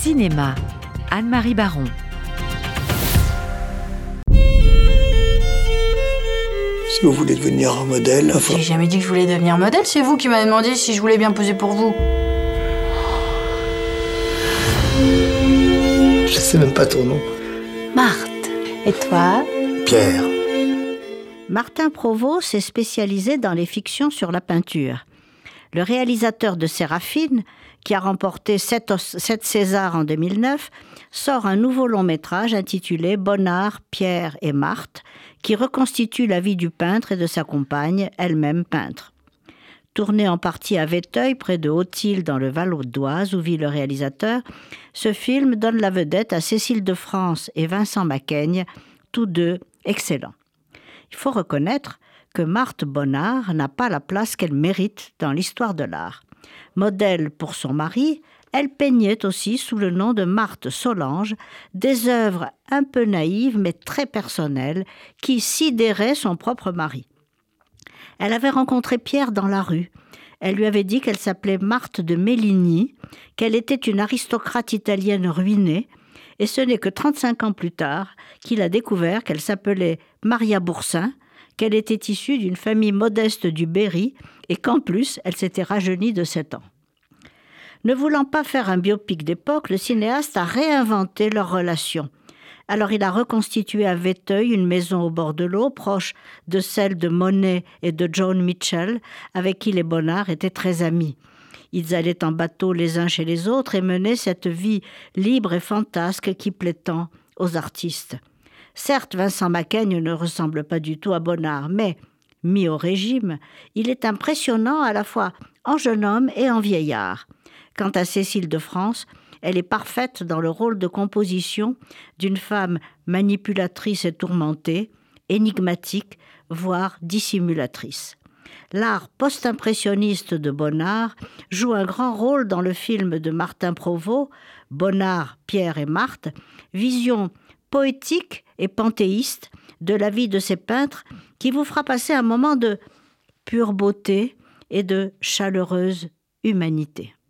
Cinéma, Anne-Marie Baron. Si vous voulez devenir un modèle... J'ai jamais dit que je voulais devenir modèle, c'est vous qui m'avez demandé si je voulais bien poser pour vous. Je sais même pas ton nom. Marthe. Et toi? Pierre. Martin Provost s'est spécialisé dans les fictions sur la peinture. Le réalisateur de Séraphine, qui a remporté 7 Césars en 2009, sort un nouveau long-métrage intitulé Bonnard, Pierre et Marthe, qui reconstitue la vie du peintre et de sa compagne, elle-même peintre. Tourné en partie à Véteuil, près de Haute-Île, dans le Val d'Oise, où vit le réalisateur, ce film donne la vedette à Cécile de France et Vincent Macaigne, tous deux excellents. Il faut reconnaître que Marthe Bonnard n'a pas la place qu'elle mérite dans l'histoire de l'art. Modèle pour son mari, elle peignait aussi sous le nom de Marthe Solange des œuvres un peu naïves mais très personnelles qui sidéraient son propre mari. Elle avait rencontré Pierre dans la rue. Elle lui avait dit qu'elle s'appelait Marthe de Méligny, qu'elle était une aristocrate italienne ruinée, et ce n'est que 35 ans plus tard qu'il a découvert qu'elle s'appelait Maria Boursin, qu'elle était issue d'une famille modeste du Berry et qu'en plus, elle s'était rajeunie de 7 ans. Ne voulant pas faire un biopic d'époque, le cinéaste a réinventé leur relation. Alors il a reconstitué à Véteuil une maison au bord de l'eau, proche de celle de Monet et de Joan Mitchell, avec qui les Bonnard étaient très amis. Ils allaient en bateau les uns chez les autres et menaient cette vie libre et fantasque qui plaît tant aux artistes. Certes, Vincent Macaigne ne ressemble pas du tout à Bonnard, mais, mis au régime, il est impressionnant à la fois en jeune homme et en vieillard. Quant à Cécile de France, elle est parfaite dans le rôle de composition d'une femme manipulatrice et tourmentée, énigmatique, voire dissimulatrice. L'art post-impressionniste de Bonnard joue un grand rôle dans le film de Martin Provost, Bonnard, Pierre et Marthe, vision poétique et panthéiste de la vie de ces peintres qui vous fera passer un moment de pure beauté et de chaleureuse humanité.